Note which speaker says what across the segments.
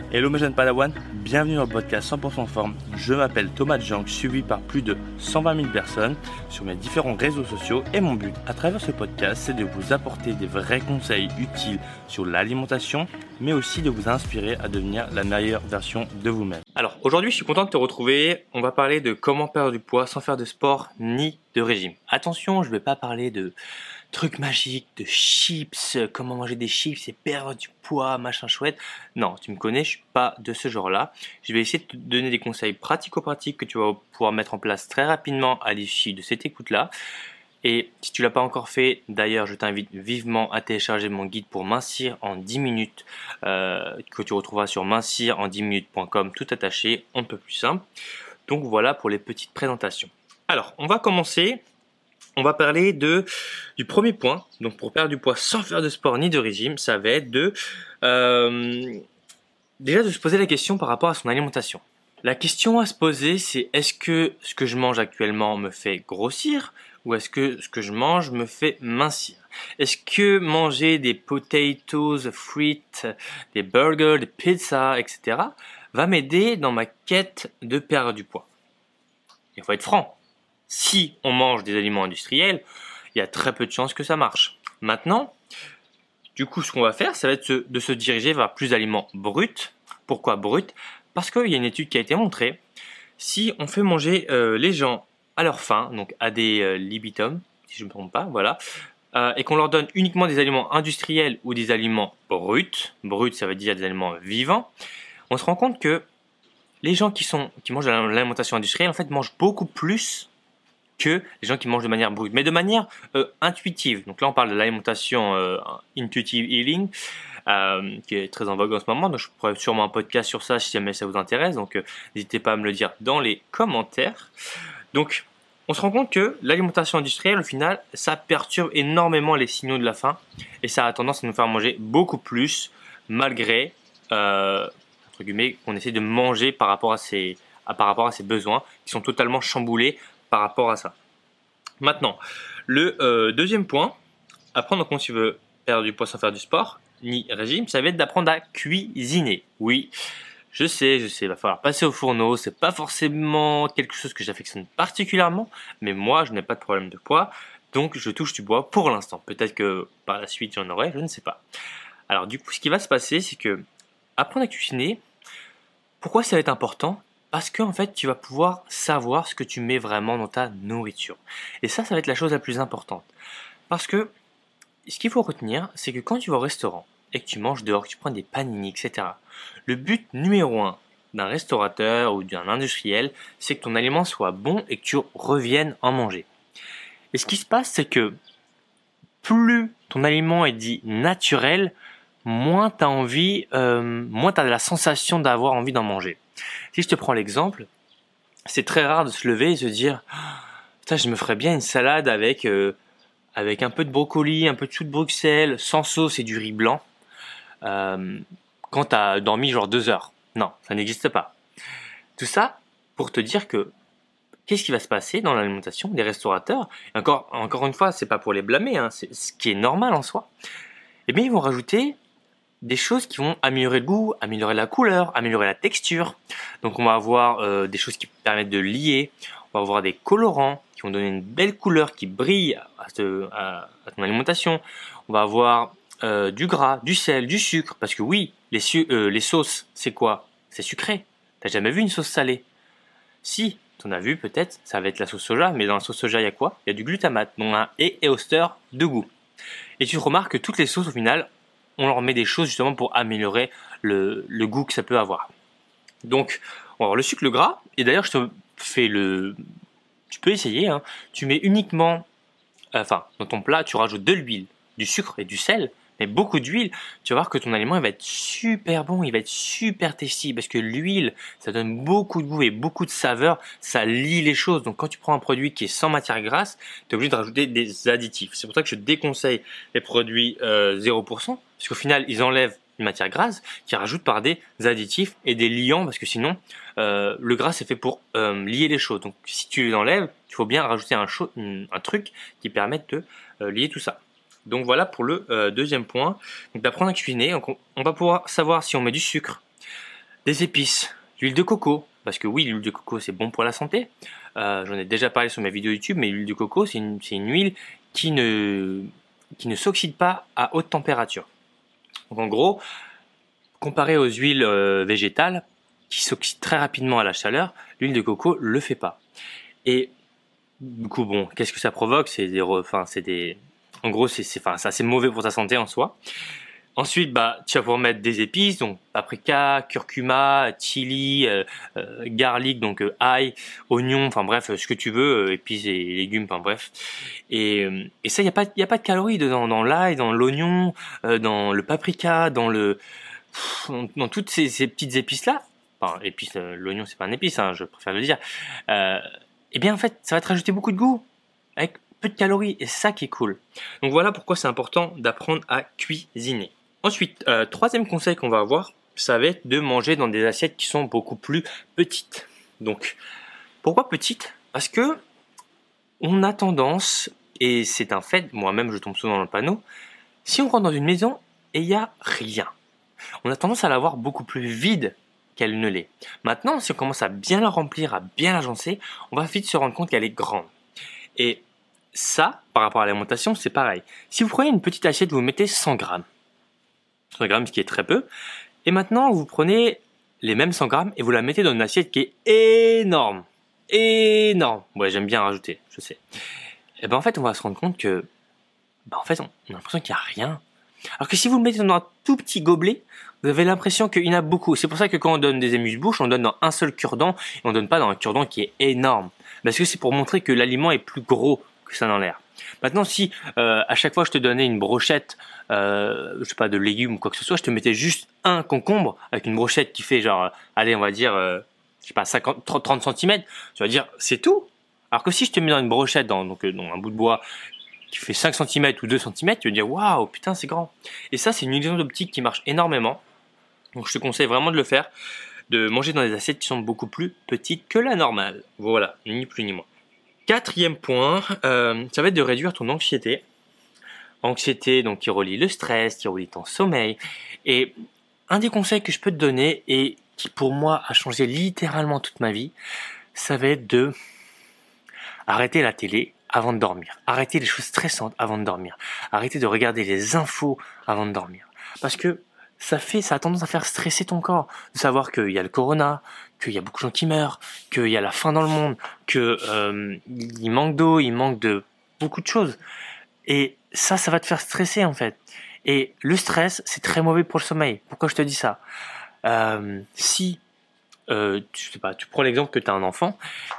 Speaker 1: Hello mes jeunes Padawan, bienvenue dans le podcast 100% forme. Je m'appelle Thomas Jank, suivi par plus de 120 000 personnes sur mes différents réseaux sociaux et mon but à travers ce podcast c'est de vous apporter des vrais conseils utiles sur l'alimentation mais aussi de vous inspirer à devenir la meilleure version de vous-même. Alors aujourd'hui je suis content de te retrouver, on va parler de comment perdre du poids sans faire de sport ni de régime. Attention, je ne vais pas parler de trucs magiques, de chips, comment manger des chips et perdre du poids, machin chouette. Non, tu me connais, je suis pas de ce genre-là. Je vais essayer de te donner des conseils pratico-pratiques que tu vas pouvoir mettre en place très rapidement à l'issue de cette écoute-là. Et si tu l'as pas encore fait, d'ailleurs, je t'invite vivement à télécharger mon guide pour mincir en 10 minutes que tu retrouveras sur mincir-en10minutes.com, tout attaché, on ne peut plus simple. Donc voilà pour les petites présentations. Alors, on va commencer. On va parler du premier point. Donc pour perdre du poids sans faire de sport ni de régime, ça va être déjà de se poser la question par rapport à son alimentation. La question à se poser, c'est est-ce que ce que je mange actuellement me fait grossir ou est-ce que ce que je mange me fait mincir? Est-ce que manger des potatoes frites, des burgers, des pizzas, etc. va m'aider dans ma quête de perdre du poids? Il faut être franc. Si on mange des aliments industriels, il y a très peu de chances que ça marche. Maintenant, du coup, ce qu'on va faire, ça va être de se diriger vers plus d'aliments bruts. Pourquoi bruts? Parce qu'il y a une étude qui a été montrée. Si on fait manger les gens à leur faim, donc à des libitum, si je ne me trompe pas, voilà, et qu'on leur donne uniquement des aliments industriels ou des aliments bruts, ça veut dire des aliments vivants, on se rend compte que les gens qui mangent de l'alimentation industrielle, en fait, mangent beaucoup plus que les gens qui mangent de manière brute, mais de manière intuitive. Donc là, on parle de l'alimentation intuitive eating, qui est très en vogue en ce moment. Donc je ferai sûrement un podcast sur ça si jamais ça vous intéresse. Donc n'hésitez pas à me le dire dans les commentaires. Donc on se rend compte que l'alimentation industrielle, au final, ça perturbe énormément les signaux de la faim et ça a tendance à nous faire manger beaucoup plus, malgré entre guillemets qu'on essaie de manger par rapport à ses besoins qui sont totalement chamboulés par rapport à ça. Maintenant, le deuxième point à prendre en compte si tu veux perdre du poids sans faire du sport ni régime, ça va être d'apprendre à cuisiner. Oui, je sais, il va falloir passer au fourneau, c'est pas forcément quelque chose que j'affectionne particulièrement, mais moi je n'ai pas de problème de poids, donc je touche du bois pour l'instant. Peut-être que par la suite j'en aurai, je ne sais pas. Alors du coup, ce qui va se passer, c'est que apprendre à cuisiner, pourquoi ça va être important? Parce qu'en fait, tu vas pouvoir savoir ce que tu mets vraiment dans ta nourriture. Et ça va être la chose la plus importante. Parce que ce qu'il faut retenir, c'est que quand tu vas au restaurant et que tu manges dehors, que tu prends des panini, etc., le but numéro 1 d'un restaurateur ou d'un industriel, c'est que ton aliment soit bon et que tu reviennes en manger. Et ce qui se passe, c'est que plus ton aliment est dit naturel, moins tu as envie, moins tu as la sensation d'avoir envie d'en manger. Si je te prends l'exemple, c'est très rare de se lever et se dire putain, je me ferais bien une salade avec un peu de brocoli, un peu de chou de Bruxelles, sans sauce et du riz blanc quand tu as dormi genre 2 heures. Non, ça n'existe pas. Tout ça pour te dire que qu'est-ce qui va se passer dans l'alimentation des restaurateurs? Et encore une fois, c'est pas pour les blâmer, hein, c'est ce qui est normal en soi. Eh bien, ils vont rajouter des choses qui vont améliorer le goût, améliorer la couleur, améliorer la texture. Donc on va avoir des choses qui permettent de lier, on va avoir des colorants qui vont donner une belle couleur qui brille à ton alimentation. On va avoir du gras, du sel, du sucre, parce que oui, les sauces, c'est quoi? C'est sucré. T'as jamais vu une sauce salée? Si, t'en as vu peut-être, ça va être la sauce soja, mais dans la sauce soja, il y a quoi? Il y a du glutamate, donc un éosteur de goût. Et tu remarques que toutes les sauces, au final, on leur met des choses justement pour améliorer le goût que ça peut avoir. Donc, on va avoir le sucre, le gras, et d'ailleurs, je te fais tu peux essayer, hein. Tu mets uniquement, dans ton plat, tu rajoutes de l'huile, du sucre et du sel, mais beaucoup d'huile, tu vas voir que ton aliment il va être super bon, il va être super tasty, parce que l'huile, ça donne beaucoup de goût et beaucoup de saveur, ça lie les choses. Donc quand tu prends un produit qui est sans matière grasse, tu es obligé de rajouter des additifs. C'est pour ça que je déconseille les produits 0%, parce qu'au final, ils enlèvent une matière grasse qui rajoute par des additifs et des liants, parce que sinon, le gras c'est fait pour lier les choses. Donc si tu les enlèves, il faut bien rajouter un truc qui permette de lier tout ça. Donc voilà pour le deuxième point. Donc d'apprendre à cuisiner. Donc on va pouvoir savoir si on met du sucre, Des épices, l'huile de coco, parce que oui, l'huile de coco c'est bon pour la santé. J'en ai déjà parlé sur ma vidéo YouTube, mais l'huile de coco c'est une huile qui ne s'oxyde pas à haute température. Donc en gros, comparé aux huiles végétales qui s'oxydent très rapidement à la chaleur, l'huile de coco le fait pas. Et du coup, bon, qu'est-ce que ça provoque? En gros, c'est assez mauvais pour ta santé en soi. Ensuite, tu vas pouvoir mettre des épices, donc paprika, curcuma, chili, garlic, donc ail, oignon, enfin bref, ce que tu veux, épices et légumes, enfin bref. Et ça, il y a pas de calories dedans, dans l'ail, dans l'oignon, dans le paprika, dans toutes ces petites épices là. Enfin, épices, l'oignon c'est pas un épice, hein, je préfère le dire. Eh bien en fait, ça va te rajouter beaucoup de goût avec peu de calories et c'est ça qui est cool. Donc voilà pourquoi c'est important d'apprendre à cuisiner. Ensuite, troisième conseil qu'on va avoir, ça va être de manger dans des assiettes qui sont beaucoup plus petites. Donc, pourquoi petites? Parce que on a tendance, et c'est un fait, moi-même je tombe souvent dans le panneau, si on rentre dans une maison et il n'y a rien, on a tendance à la voir beaucoup plus vide qu'elle ne l'est. Maintenant, si on commence à bien la remplir, à bien l'agencer, on va vite se rendre compte qu'elle est grande. Et ça, par rapport à l'alimentation, c'est pareil. Si vous prenez une petite assiette, vous mettez 100 grammes. 100 grammes, ce qui est très peu. Et maintenant, vous prenez les mêmes 100 grammes et vous la mettez dans une assiette qui est énorme. Énorme. Ouais, j'aime bien rajouter, je sais. Et ben en fait, on va se rendre compte que, en fait, on a l'impression qu'il n'y a rien. Alors que si vous le mettez dans un tout petit gobelet, vous avez l'impression qu'il y en a beaucoup. C'est pour ça que quand on donne des amuse-bouches, on donne dans un seul cure-dent et on donne pas dans un cure-dent qui est énorme. Parce que c'est pour montrer que l'aliment est plus gros que ça dans l'air. Maintenant, si à chaque fois je te donnais une brochette, je sais pas, de légumes ou quoi que ce soit, je te mettais juste un concombre avec une brochette qui fait genre, allez, on va dire, je sais pas, 30 cm, tu vas dire, c'est tout. Alors que si je te mets dans une brochette, dans un bout de bois qui fait 5 cm ou 2 cm, tu vas dire, waouh, putain, c'est grand. Et ça, c'est une illusion d'optique qui marche énormément. Donc je te conseille vraiment de le faire, de manger dans des assiettes qui sont beaucoup plus petites que la normale. Voilà, ni plus ni moins. Quatrième point, ça va être de réduire ton anxiété. Anxiété, donc qui relie le stress, qui relie ton sommeil. Et un des conseils que je peux te donner et qui pour moi a changé littéralement toute ma vie, ça va être de arrêter la télé avant de dormir. Arrêter les choses stressantes avant de dormir. Arrêter de regarder les infos avant de dormir. Parce que ça a tendance à faire stresser ton corps. De savoir qu'il y a le corona, qu'il y a beaucoup de gens qui meurent, qu'il y a la faim dans le monde, il manque d'eau, il manque de beaucoup de choses. Et ça va te faire stresser en fait. Et le stress, c'est très mauvais pour le sommeil. Pourquoi je te dis ça? Si tu prends l'exemple que tu as un enfant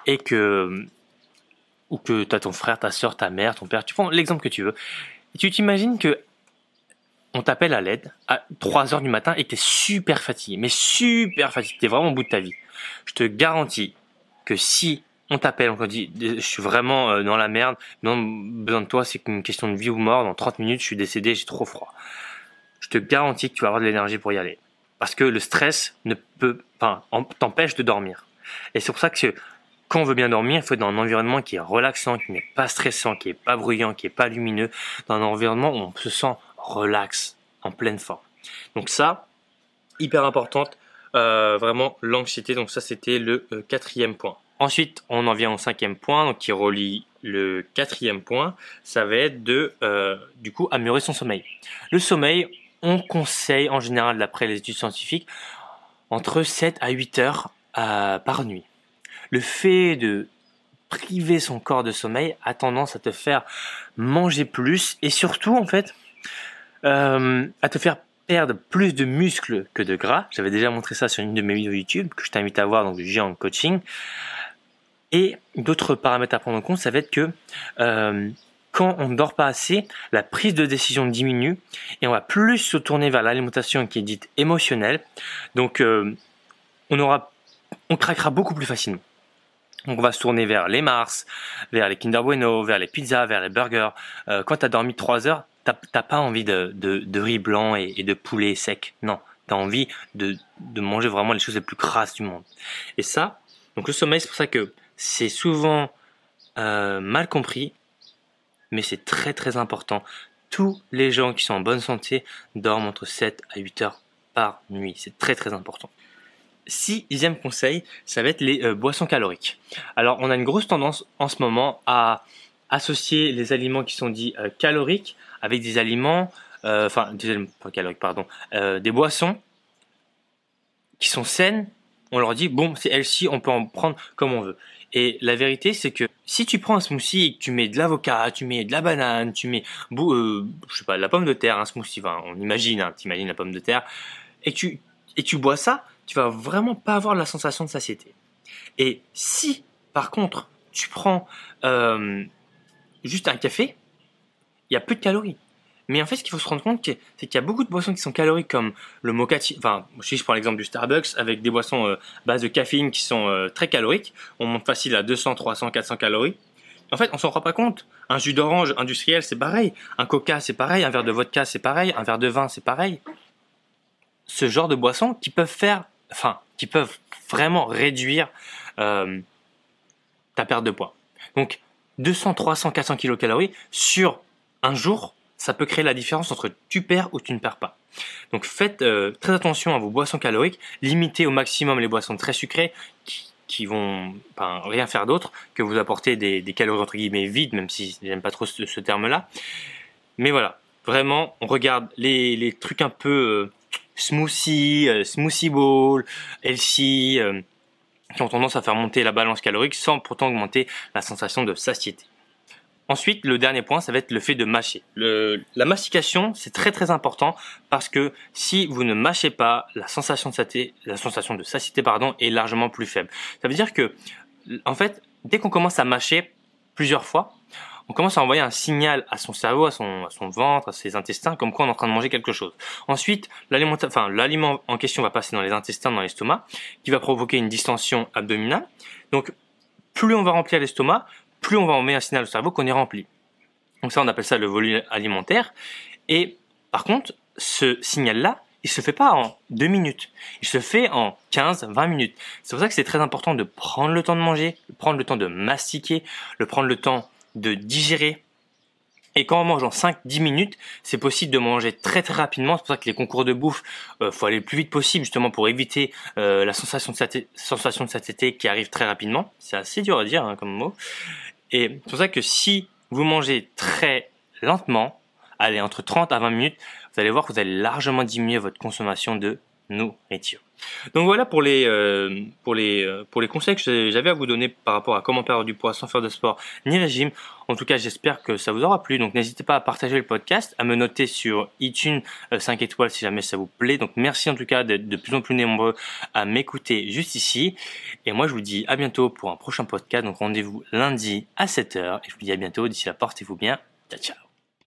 Speaker 1: ou que tu as ton frère, ta soeur, ta mère, ton père, tu prends l'exemple que tu veux. Et tu t'imagines que on t'appelle à l'aide à 3 heures du matin et que t'es super fatigué, mais super fatigué, t'es vraiment au bout de ta vie. Je te garantis que si on t'appelle, on te dit, je suis vraiment dans la merde, non, besoin de toi, c'est une question de vie ou mort, dans 30 minutes, je suis décédé, j'ai trop froid. Je te garantis que tu vas avoir de l'énergie pour y aller. Parce que le stress t'empêche de dormir. Et c'est pour ça que quand on veut bien dormir, il faut être dans un environnement qui est relaxant, qui n'est pas stressant, qui n'est pas bruyant, qui n'est pas lumineux, dans un environnement où on se sent relax, en pleine forme. Donc ça, hyper importante, vraiment l'anxiété. Donc ça, c'était le quatrième point. Ensuite, on en vient au cinquième point, donc qui relie le quatrième point. Ça va être du coup, améliorer son sommeil. Le sommeil, on conseille en général, d'après les études scientifiques, entre 7 à 8 heures par nuit. Le fait de priver son corps de sommeil a tendance à te faire manger plus et surtout, en fait, à te faire perdre plus de muscles que de gras. J'avais déjà montré ça sur une de mes vidéos YouTube que je t'invite à voir, donc j'ai en coaching. Et d'autres paramètres à prendre en compte, ça va être que quand on ne dort pas assez, la prise de décision diminue et on va plus se tourner vers l'alimentation qui est dite émotionnelle. Donc on craquera beaucoup plus facilement. Donc on va se tourner vers les Mars, vers les Kinder Bueno, vers les pizzas, vers les burgers. Quand tu as dormi 3 heures, t'as pas envie de riz blanc et de poulet sec. Non, tu as envie de manger vraiment les choses les plus grasses du monde. Et ça, donc le sommeil, c'est pour ça que c'est souvent mal compris, mais c'est très très important. Tous les gens qui sont en bonne santé dorment entre 7 à 8 heures par nuit. C'est très très important. sixième conseil, ça va être les boissons caloriques. Alors, on a une grosse tendance en ce moment à associer les aliments qui sont dits caloriques avec des aliments, pas caloriques, pardon, des boissons qui sont saines. On leur dit, bon, c'est healthy, on peut en prendre comme on veut. Et la vérité, c'est que si tu prends un smoothie et que tu mets de l'avocat, tu mets de la banane, tu mets, je sais pas, de la pomme de terre, un smoothie, enfin, on imagine, hein, t'imagines la pomme de terre, et tu bois ça, tu vas vraiment pas avoir la sensation de satiété. Et si, par contre, tu prends juste un café, il y a peu de calories. Mais en fait, ce qu'il faut se rendre compte, c'est qu'il y a beaucoup de boissons qui sont caloriques, comme le mocha, si je prends l'exemple du Starbucks, avec des boissons à base de caféine qui sont très caloriques, on monte facile à 200, 300, 400 calories. En fait, on s'en rend pas compte. Un jus d'orange industriel, c'est pareil. Un coca, c'est pareil. Un verre de vodka, c'est pareil. Un verre de vin, c'est pareil. Ce genre de boissons qui peuvent vraiment réduire ta perte de poids. Donc, 200, 300, 400 kilocalories sur un jour, ça peut créer la différence entre tu perds ou tu ne perds pas. Donc faites très attention à vos boissons caloriques, limitez au maximum les boissons très sucrées qui vont rien faire d'autre que vous apporter des calories entre guillemets vides, même si j'aime pas trop ce terme-là. Mais voilà, vraiment, on regarde les trucs un peu smoothie bowl, healthy, qui ont tendance à faire monter la balance calorique sans pourtant augmenter la sensation de satiété. Ensuite, le dernier point, ça va être le fait de mâcher. La mastication, c'est très très important parce que si vous ne mâchez pas, la sensation de satiété, est largement plus faible. Ça veut dire que, en fait, dès qu'on commence à mâcher plusieurs fois, on commence à envoyer un signal à son cerveau, à son ventre, à ses intestins, comme quoi on est en train de manger quelque chose. Ensuite, l'aliment en question va passer dans les intestins, dans l'estomac, qui va provoquer une distension abdominale. Donc, plus on va remplir l'estomac, plus on va envoyer un signal au cerveau qu'on est rempli. Donc ça, on appelle ça le volume alimentaire. Et par contre, ce signal-là, il se fait pas en 2 minutes. Il se fait en 15, 20 minutes. C'est pour ça que c'est très important de prendre le temps de manger, de prendre le temps de mastiquer, de prendre le temps de digérer. Et quand on mange en 5-10 minutes, c'est possible de manger très très rapidement. C'est pour ça que les concours de bouffe, faut aller le plus vite possible justement pour éviter la sensation de satiété qui arrive très rapidement. C'est assez dur à dire comme mot. Et c'est pour ça que si vous mangez très lentement, allez, entre 30 à 20 minutes, vous allez voir que vous allez largement diminuer votre consommation de nourriture. Donc voilà pour les conseils que j'avais à vous donner par rapport à comment perdre du poids sans faire de sport ni régime. En tout cas, j'espère que ça vous aura plu. Donc n'hésitez pas à partager le podcast, à me noter sur iTunes 5 étoiles si jamais ça vous plaît. Donc merci en tout cas d'être de plus en plus nombreux à m'écouter juste ici. Et moi je vous dis à bientôt pour un prochain podcast. Donc rendez-vous lundi à 7h. Et je vous dis à bientôt. D'ici là, portez-vous bien. Ciao, ciao.